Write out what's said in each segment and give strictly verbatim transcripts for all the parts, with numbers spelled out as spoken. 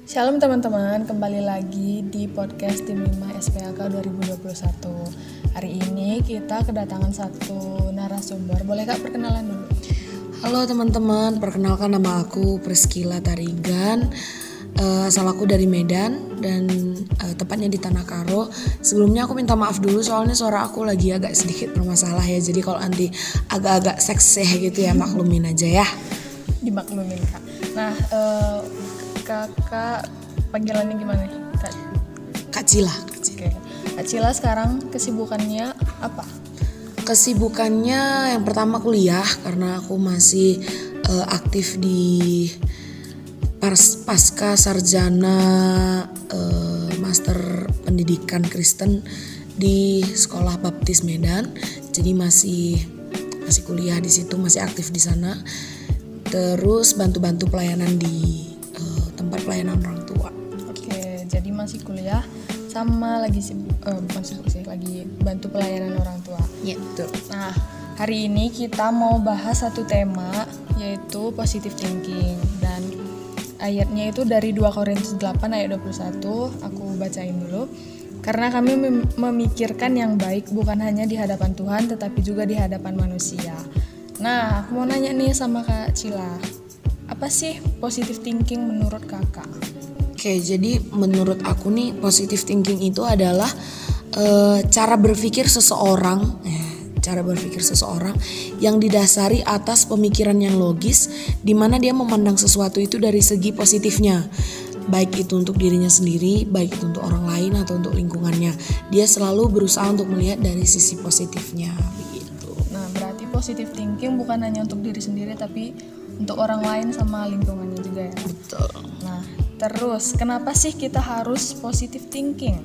Shalom teman-teman, kembali lagi di podcast Tim lima S P A K dua ribu dua puluh satu. Hari ini kita kedatangan satu narasumber. Boleh Kak perkenalan dulu? Halo teman-teman, perkenalkan nama aku Priscilla Tarigan. uh, Asal aku dari Medan dan uh, tepatnya di Tanah Karo. Sebelumnya aku minta maaf dulu soalnya suara aku lagi agak sedikit bermasalah ya. Jadi kalau nanti agak-agak sekseh gitu ya maklumin aja ya. Dimaklumin Kak. Nah, uh, kakak panggilannya gimana nih? Kak, Kak Cila, Kak Cila. Oke. Kak Cila sekarang kesibukannya apa? Kesibukannya yang pertama kuliah karena aku masih uh, aktif di pas, pasca sarjana uh, master pendidikan Kristen di Sekolah Baptis Medan. Jadi masih masih kuliah di situ, masih aktif di sana. Terus bantu-bantu pelayanan di tempat pelayanan orang tua. Oke, jadi masih kuliah sama lagi sibuk, eh, bukan sibuk sih, lagi bantu pelayanan orang tua. Iya, betul. Nah, hari ini kita mau bahas satu tema yaitu positive thinking, dan ayatnya itu dari dua Korintus delapan ayat dua puluh satu. Aku bacain dulu. Karena kami mem- memikirkan yang baik bukan hanya di hadapan Tuhan tetapi juga di hadapan manusia. Nah, aku mau nanya nih sama Kak Cila. Apa sih positive thinking menurut kakak? Oke, jadi menurut aku nih positive thinking itu adalah e, cara berpikir seseorang, eh, cara berpikir seseorang yang didasari atas pemikiran yang logis, di mana dia memandang sesuatu itu dari segi positifnya, baik itu untuk dirinya sendiri, baik itu untuk orang lain atau untuk lingkungannya. Dia selalu berusaha untuk melihat dari sisi positifnya, begitu. Nah, berarti positive thinking bukan hanya untuk diri sendiri, tapi untuk orang lain sama lingkungannya juga ya. Betul. Nah, terus kenapa sih kita harus positive thinking?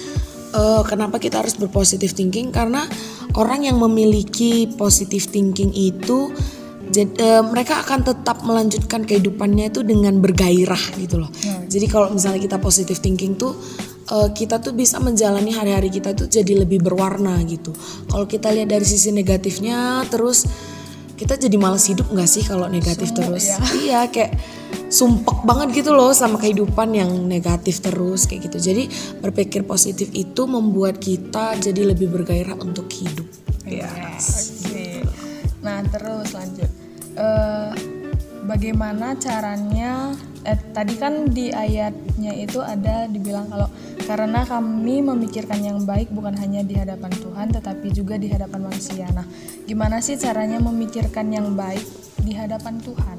Uh, kenapa kita harus berpositive thinking? Karena orang yang memiliki positive thinking itu jad, uh, mereka akan tetap melanjutkan kehidupannya itu dengan bergairah gitu loh. Hmm. Jadi kalau misalnya kita positive thinking tuh uh, kita tuh bisa menjalani hari-hari kita tuh jadi lebih berwarna gitu. Kalau kita lihat dari sisi negatifnya terus kita jadi malas hidup gak sih kalau negatif Sumuk, terus? Ya. Iya, kayak sumpek banget gitu loh sama kehidupan yang negatif terus kayak gitu. Jadi berpikir positif itu membuat kita jadi lebih bergairah untuk hidup. Ya, yes. Oke. Okay. Nah, terus lanjut. Uh, bagaimana caranya? Eh, tadi kan di ayatnya itu ada dibilang kalau karena kami memikirkan yang baik bukan hanya di hadapan Tuhan tetapi juga di hadapan manusia. Nah, gimana sih caranya memikirkan yang baik di hadapan Tuhan?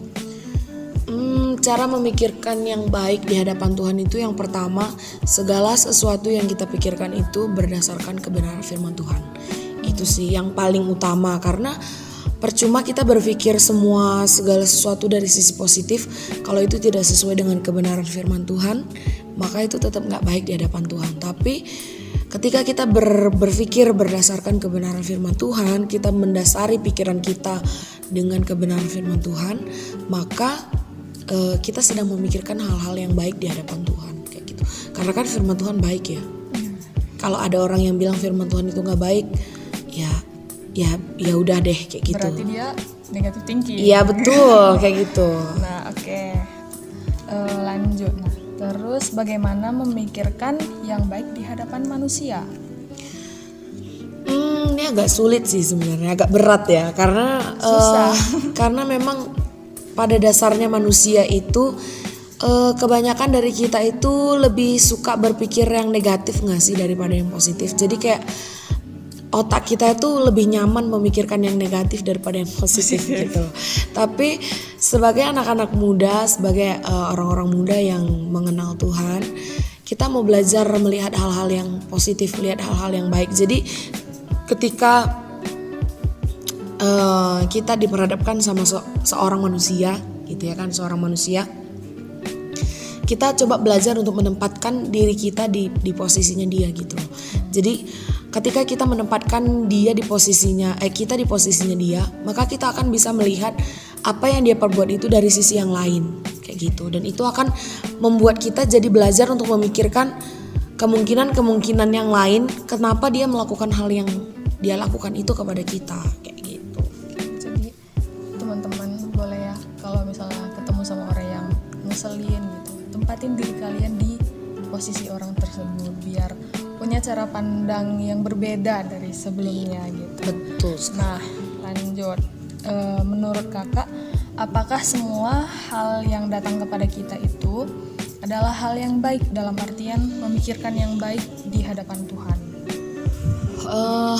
Hmm, cara memikirkan yang baik di hadapan Tuhan itu yang pertama, segala sesuatu yang kita pikirkan itu berdasarkan kebenaran firman Tuhan. Itu sih yang paling utama, karena percuma kita berpikir semua segala sesuatu dari sisi positif kalau itu tidak sesuai dengan kebenaran firman Tuhan, maka itu tetap gak baik di hadapan Tuhan. Tapi ketika kita ber, berpikir berdasarkan kebenaran firman Tuhan, kita mendasari pikiran kita dengan kebenaran firman Tuhan, maka uh, kita sedang memikirkan hal-hal yang baik di hadapan Tuhan kayak gitu. Karena kan firman Tuhan baik ya. Hmm. Kalau ada orang yang bilang firman Tuhan itu gak baik, ya ya ya udah deh kayak gitu. Berarti dia negative thinking. Iya betul kayak gitu. Nah oke okay. uh, lanjut. Nah terus bagaimana memikirkan yang baik di hadapan manusia? Hmm ini agak sulit sih sebenarnya, agak berat ya karena susah. Uh, karena memang pada dasarnya manusia itu uh, kebanyakan dari kita itu lebih suka berpikir yang negatif nggak sih daripada yang positif. Jadi kayak otak kita itu lebih nyaman memikirkan yang negatif daripada yang positif gitu. Tapi sebagai anak-anak muda, sebagai uh, orang-orang muda yang mengenal Tuhan, kita mau belajar melihat hal-hal yang positif, melihat hal-hal yang baik. Jadi ketika uh, kita diperhadapkan sama se- seorang manusia, gitu ya kan, seorang manusia, kita coba belajar untuk menempatkan diri kita di di posisinya dia gitu. Jadi ketika kita menempatkan dia di posisinya, eh kita di posisinya dia, maka kita akan bisa melihat apa yang dia perbuat itu dari sisi yang lain, kayak gitu. Dan itu akan membuat kita jadi belajar untuk memikirkan kemungkinan-kemungkinan yang lain, kenapa dia melakukan hal yang dia lakukan itu kepada kita, kayak gitu. Jadi teman-teman boleh ya kalau misalnya ketemu sama orang yang ngeselin gitu, tempat nempatin diri kalian di posisi orang tersebut biar punya cara pandang yang berbeda dari sebelumnya gitu. Betul. Nah, lanjut. E, menurut kakak, apakah semua hal yang datang kepada kita itu adalah hal yang baik dalam artian memikirkan yang baik di hadapan Tuhan? Uh,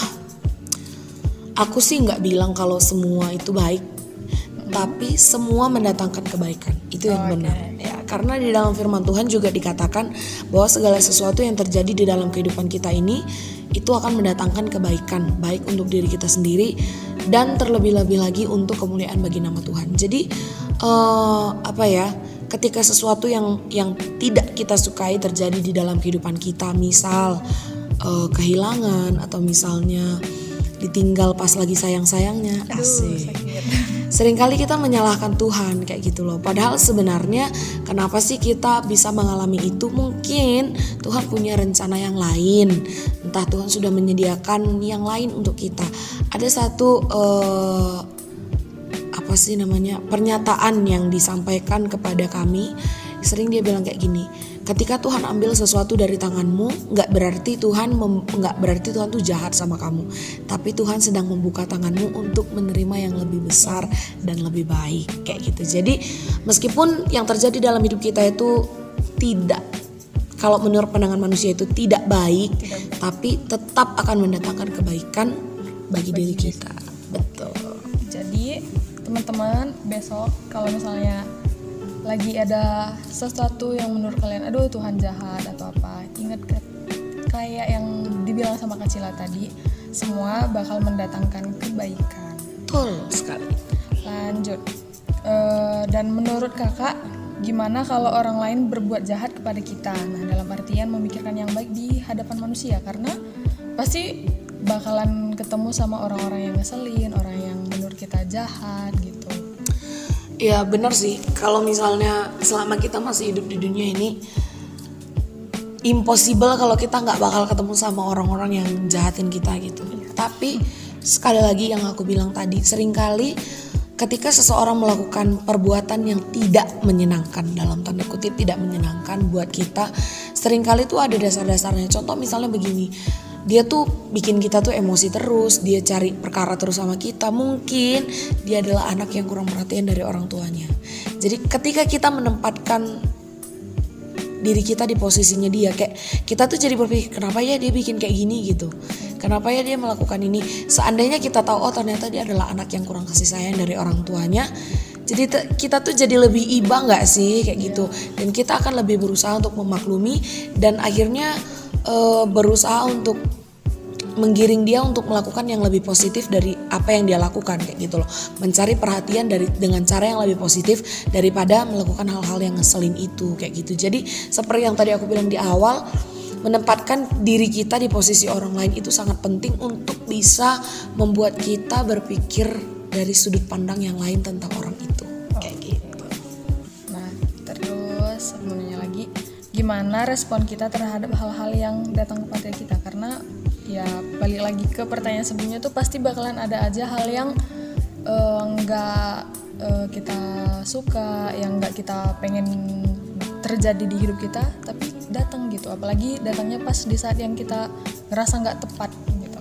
aku sih nggak bilang kalau semua itu baik, mm-hmm. tapi semua mendatangkan kebaikan. Itu yang oh, benar. Okay. Ya, karena di dalam firman Tuhan juga dikatakan bahwa segala sesuatu yang terjadi di dalam kehidupan kita ini itu akan mendatangkan kebaikan, baik untuk diri kita sendiri dan terlebih-lebih lagi untuk kemuliaan bagi nama Tuhan. Jadi uh, apa ya? Ketika sesuatu yang yang tidak kita sukai terjadi di dalam kehidupan kita, misal Uh, kehilangan atau misalnya ditinggal pas lagi sayang-sayangnya, asik. Seringkali kita menyalahkan Tuhan kayak gitu loh. Padahal sebenarnya kenapa sih kita bisa mengalami itu? Mungkin Tuhan punya rencana yang lain. Entah Tuhan sudah menyediakan yang lain untuk kita. Ada satu uh, apa sih namanya pernyataan yang disampaikan kepada kami. Sering dia bilang kayak gini. Ketika Tuhan ambil sesuatu dari tanganmu, nggak berarti Tuhan mem, nggak berarti Tuhan tuh jahat sama kamu, tapi Tuhan sedang membuka tanganmu untuk menerima yang lebih besar dan lebih baik kayak gitu. Jadi meskipun yang terjadi dalam hidup kita itu tidak, kalau menurut pandangan manusia itu tidak baik, tidak. Tapi tetap akan mendatangkan kebaikan bagi, bagi diri kita. Betul. Jadi teman-teman besok kalau misalnya lagi ada sesuatu yang menurut kalian aduh Tuhan jahat atau apa, ingat kayak yang dibilang sama Kak Cila tadi, semua bakal mendatangkan kebaikan. Betul sekali. Lanjut. E, dan menurut kakak gimana kalau orang lain berbuat jahat kepada kita? Nah, dalam artian memikirkan yang baik di hadapan manusia, karena pasti bakalan ketemu sama orang-orang yang ngeselin, orang yang menurut kita jahat gitu. Ya benar sih, kalau misalnya selama kita masih hidup di dunia ini impossible kalau kita gak bakal ketemu sama orang-orang yang jahatin kita gitu. Ya. Tapi sekali lagi yang aku bilang tadi, seringkali ketika seseorang melakukan perbuatan yang tidak menyenangkan, dalam tanda kutip tidak menyenangkan buat kita, seringkali tuh ada dasar-dasarnya. Contoh misalnya begini, dia tuh bikin kita tuh emosi terus, dia cari perkara terus sama kita. Mungkin dia adalah anak yang kurang perhatian dari orang tuanya. Jadi ketika kita menempatkan diri kita di posisinya dia, kayak kita tuh jadi berpikir kenapa ya dia bikin kayak gini gitu, kenapa ya dia melakukan ini. Seandainya kita tahu oh ternyata dia adalah anak yang kurang kasih sayang dari orang tuanya, jadi te- kita tuh jadi lebih iba gak sih kayak gitu. Dan kita akan lebih berusaha untuk memaklumi dan akhirnya Uh, berusaha untuk menggiring dia untuk melakukan yang lebih positif dari apa yang dia lakukan kayak gitu loh, mencari perhatian dari dengan cara yang lebih positif daripada melakukan hal-hal yang ngeselin itu kayak gitu. Jadi seperti yang tadi aku bilang di awal, menempatkan diri kita di posisi orang lain itu sangat penting untuk bisa membuat kita berpikir dari sudut pandang yang lain tentang orang itu kayak gitu. Nah terus sebenarnya lagi, gimana respon kita terhadap hal-hal yang datang kepada kita? Karena ya balik lagi ke pertanyaan sebelumnya tuh pasti bakalan ada aja hal yang nggak uh, uh, kita suka, yang nggak kita pengen terjadi di hidup kita, tapi datang gitu. Apalagi datangnya pas di saat yang kita ngerasa nggak tepat gitu.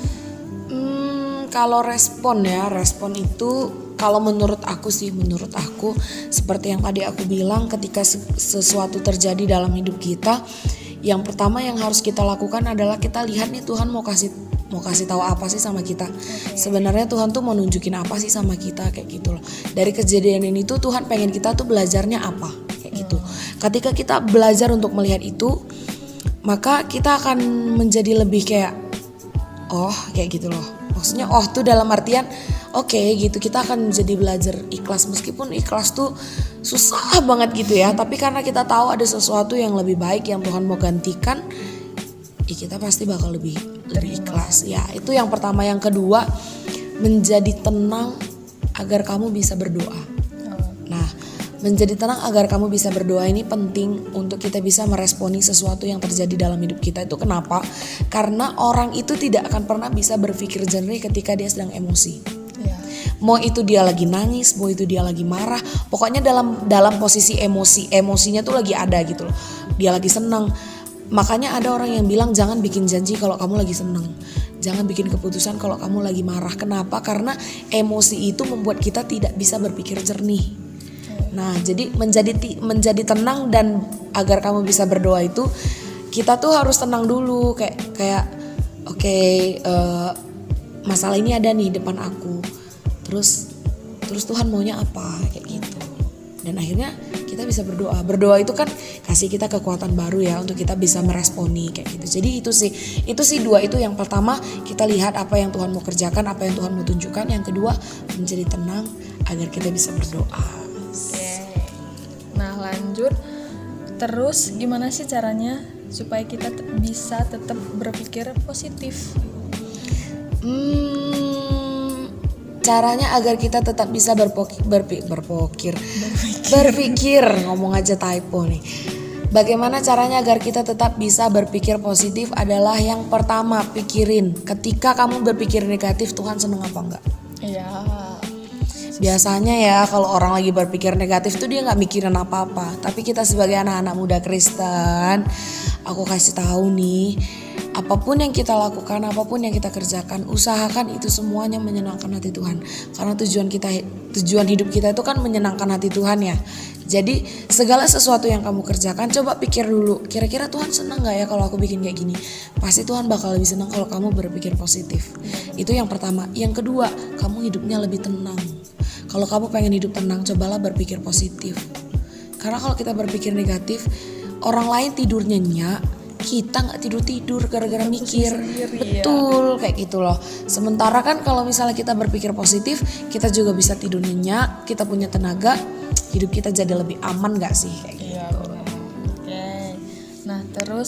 Hmm, kalau respon ya, respon itu kalau menurut aku sih, menurut aku seperti yang tadi aku bilang, ketika sesuatu terjadi dalam hidup kita, yang pertama yang harus kita lakukan adalah kita lihat nih Tuhan mau kasih mau kasih tahu apa sih sama kita. Okay. Sebenarnya Tuhan tuh mau nunjukin apa sih sama kita kayak gitu loh. Dari kejadian ini tuh Tuhan pengen kita tuh belajarnya apa kayak hmm. gitu. Ketika kita belajar untuk melihat itu, maka kita akan menjadi lebih kayak oh kayak gitu loh. Maksudnya oh tuh dalam artian oke okay, gitu, kita akan menjadi belajar ikhlas, meskipun ikhlas tuh susah banget gitu ya, tapi karena kita tahu ada sesuatu yang lebih baik yang Tuhan mau gantikan, ya kita pasti bakal lebih lebih ikhlas. Ya itu yang pertama. Yang kedua, menjadi tenang agar kamu bisa berdoa. Nah, menjadi tenang agar kamu bisa berdoa ini penting untuk kita bisa meresponi sesuatu yang terjadi dalam hidup kita. Itu kenapa? Karena orang itu tidak akan pernah bisa berpikir jernih ketika dia sedang emosi. Mau itu dia lagi nangis, mau itu dia lagi marah, pokoknya dalam dalam posisi emosi, emosinya tuh lagi ada gitu loh. Dia lagi senang. Makanya ada orang yang bilang jangan bikin janji kalau kamu lagi senang. Jangan bikin keputusan kalau kamu lagi marah. Kenapa? Karena emosi itu membuat kita tidak bisa berpikir jernih. Nah, jadi menjadi menjadi tenang dan agar kamu bisa berdoa itu kita tuh harus tenang dulu, kayak kayak oke, okay, uh, masalah ini ada nih depan aku. Terus terus Tuhan maunya apa kayak gitu. Dan akhirnya kita bisa berdoa. Berdoa itu kan kasih kita kekuatan baru ya untuk kita bisa meresponi kayak gitu. Jadi itu sih, itu sih dua itu. Yang pertama kita lihat apa yang Tuhan mau kerjakan, apa yang Tuhan mau tunjukkan. Yang kedua menjadi tenang agar kita bisa berdoa. Oke. Nah lanjut, terus gimana sih caranya supaya kita t- bisa tetap berpikir positif? Hmm, caranya agar kita tetap bisa berpokir, berpi, berpokir, berpikir. berpikir, ngomong aja typo nih. Bagaimana caranya agar kita tetap bisa berpikir positif adalah yang pertama, pikirin ketika kamu berpikir negatif Tuhan seneng apa enggak? Iya. Biasanya ya kalau orang lagi berpikir negatif tuh dia nggak mikirin apa-apa. Tapi kita sebagai anak-anak muda Kristen, aku kasih tahu nih, apapun yang kita lakukan, apapun yang kita kerjakan, usahakan itu semuanya menyenangkan hati Tuhan. Karena tujuan kita, tujuan hidup kita itu kan menyenangkan hati Tuhan ya. Jadi segala sesuatu yang kamu kerjakan, coba pikir dulu, kira-kira Tuhan senang gak ya kalau aku bikin kayak gini? Pasti Tuhan bakal lebih senang kalau kamu berpikir positif. Itu yang pertama. Yang kedua, kamu hidupnya lebih tenang. Kalau kamu pengen hidup tenang, cobalah berpikir positif. Karena kalau kita berpikir negatif, orang lain tidur nyenyak, kita nggak tidur-tidur gara-gara mikir. Sendiri, Betul, ya. Kayak gitu loh. Sementara kan kalau misalnya kita berpikir positif, kita juga bisa tidur nyenyak, kita punya tenaga, hidup kita jadi lebih aman nggak sih? Kayak Iya, gitu. benar. Oke. Nah terus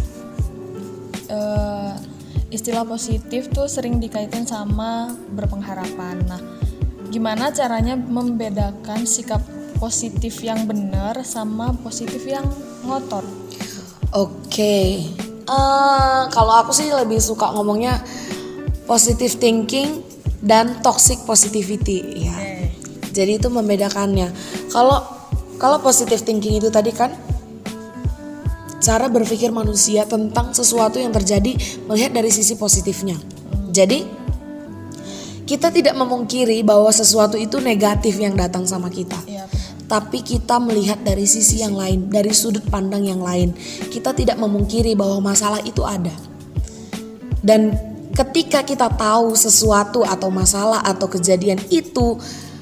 uh, istilah positif tuh sering dikaitin sama berpengharapan. Nah gimana caranya membedakan sikap positif yang benar sama positif yang ngotot? Oke, okay. uh, kalau aku sih lebih suka ngomongnya positive thinking dan toxic positivity ya. Okay. Jadi itu membedakannya. Kalau kalau positive thinking itu tadi kan cara berpikir manusia tentang sesuatu yang terjadi melihat dari sisi positifnya. Hmm. Jadi kita tidak memungkiri bahwa sesuatu itu negatif yang datang sama kita. Iya, tapi kita melihat dari sisi yang lain, dari sudut pandang yang lain. Kita tidak memungkiri bahwa masalah itu ada. Dan ketika kita tahu sesuatu atau masalah atau kejadian itu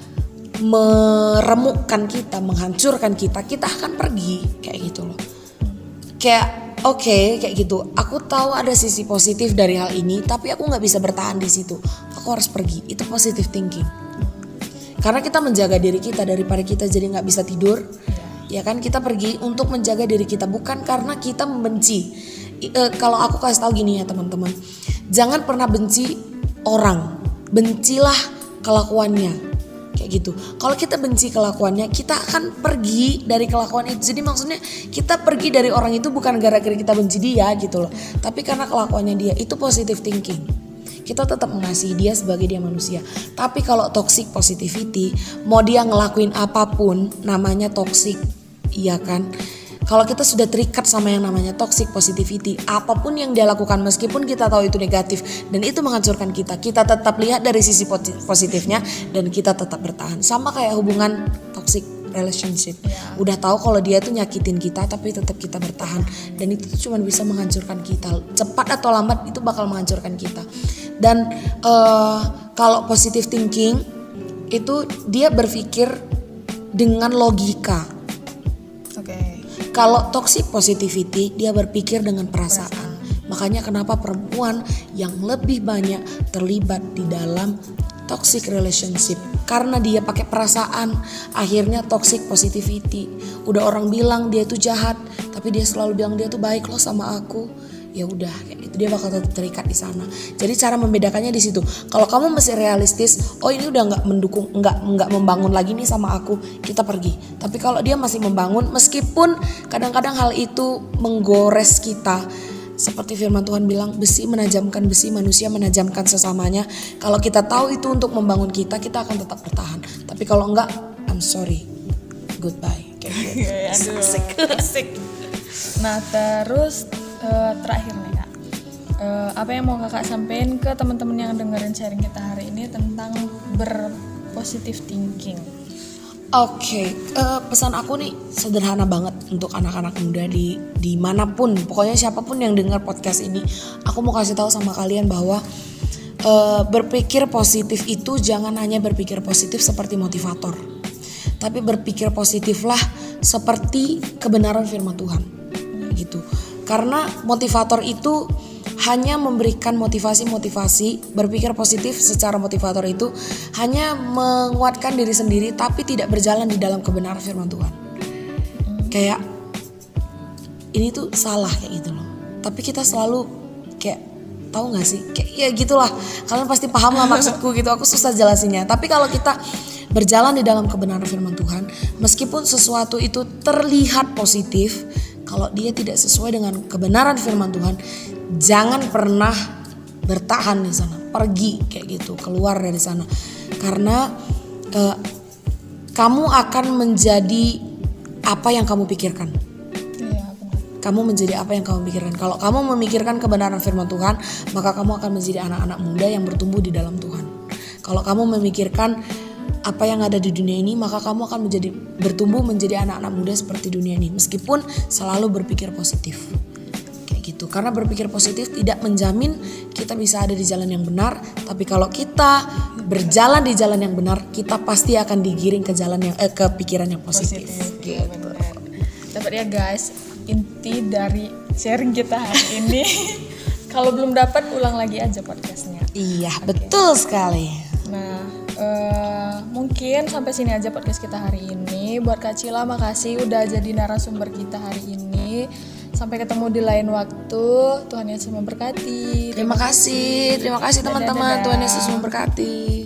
meremukkan kita, menghancurkan kita, kita akan pergi kayak gitu loh. Kayak oke okay, kayak gitu. Aku tahu ada sisi positif dari hal ini, tapi aku nggak bisa bertahan di situ. Aku harus pergi. Itu positive thinking. Karena kita menjaga diri kita daripada kita jadi nggak bisa tidur, ya kan kita pergi untuk menjaga diri kita bukan karena kita membenci. E, kalau aku kasih tahu gini ya teman-teman, jangan pernah benci orang, bencilah kelakuannya. Kayak gitu. Kalau kita benci kelakuannya, kita akan pergi dari kelakuan itu. Jadi maksudnya kita pergi dari orang itu bukan gara-gara kita benci dia gitu loh, tapi karena kelakuannya dia. Itu positive thinking. Kita tetap mengasihi dia sebagai dia manusia. Tapi kalau toxic positivity, mau dia ngelakuin apapun, namanya toxic, iya kan? Kalau kita sudah terikat sama yang namanya toxic positivity, apapun yang dia lakukan meskipun kita tahu itu negatif dan itu menghancurkan kita, kita tetap lihat dari sisi positifnya dan kita tetap bertahan. Sama kayak hubungan toxic relationship. Ya. Udah tahu kalau dia tuh nyakitin kita tapi tetap kita bertahan dan itu tuh cuma bisa menghancurkan kita. Cepat atau lambat itu bakal menghancurkan kita. Dan uh, kalau positive thinking itu dia berpikir dengan logika. Oke. Okay. Kalau toxic positivity dia berpikir dengan perasaan. perasaan. Makanya kenapa perempuan yang lebih banyak terlibat di dalam toxic relationship karena dia pakai perasaan, akhirnya toxic positivity. Udah orang bilang dia tuh jahat, tapi dia selalu bilang dia tuh baik loh sama aku. Ya udah, kayak gitu dia bakal tetap terikat di sana. Jadi cara membedakannya di situ. Kalau kamu masih realistis, oh ini udah nggak mendukung, nggak nggak membangun lagi nih sama aku, kita pergi. Tapi kalau dia masih membangun, meskipun kadang-kadang hal itu menggores kita, seperti firman Tuhan bilang, besi menajamkan besi, manusia menajamkan sesamanya. Kalau kita tahu itu untuk membangun kita, kita akan tetap bertahan. Tapi kalau enggak, I'm sorry, goodbye. Kayak gitu. Aduh, Asik. asik. Nah terus uh, terakhir nih kak, uh, apa yang mau kakak sampaikan ke teman-teman yang dengerin sharing kita hari ini tentang berpositif thinking? Oke, okay. uh, pesan aku nih sederhana banget untuk anak-anak muda di dimanapun, pokoknya siapapun yang dengar podcast ini, aku mau kasih tahu sama kalian bahwa uh, berpikir positif itu jangan hanya berpikir positif seperti motivator, tapi berpikir positiflah seperti kebenaran firman Tuhan, gitu. Karena motivator itu hanya memberikan motivasi-motivasi, berpikir positif secara motivator itu hanya menguatkan diri sendiri tapi tidak berjalan di dalam kebenaran firman Tuhan. Kayak ini tuh salah kayak gitu loh. Tapi kita selalu kayak tahu nggak sih? Kayak ya gitulah. Kalian pasti paham lah maksudku gitu. Aku susah jelasinnya. Tapi kalau kita berjalan di dalam kebenaran firman Tuhan, meskipun sesuatu itu terlihat positif, kalau dia tidak sesuai dengan kebenaran firman Tuhan, jangan pernah bertahan di sana, pergi kayak gitu, keluar dari sana, karena eh, kamu akan menjadi apa yang kamu pikirkan. Iya, benar. Kamu menjadi apa yang kamu pikirkan. Kalau kamu memikirkan kebenaran firman Tuhan, maka kamu akan menjadi anak-anak muda yang bertumbuh di dalam Tuhan. Kalau kamu memikirkan apa yang ada di dunia ini, maka kamu akan menjadi bertumbuh menjadi anak-anak muda seperti dunia ini, meskipun selalu berpikir positif. Gitu. Karena berpikir positif tidak menjamin kita bisa ada di jalan yang benar, tapi kalau kita berjalan di jalan yang benar, kita pasti akan digiring ke jalan yang eh, ke pikiran yang positif. Positif, Gitu. benar. Dapat ya guys, inti dari sharing kita hari ini. Kalau belum dapat, ulang lagi aja podcastnya. Iya, okay. Betul sekali. Nah, uh, mungkin sampai sini aja podcast kita hari ini. Buat Kak Cila, makasih udah jadi narasumber kita hari ini. Sampai ketemu di lain waktu. Tuhan Yesus memberkati. Terima kasih, terima kasih teman-teman. Tuhan Yesus memberkati.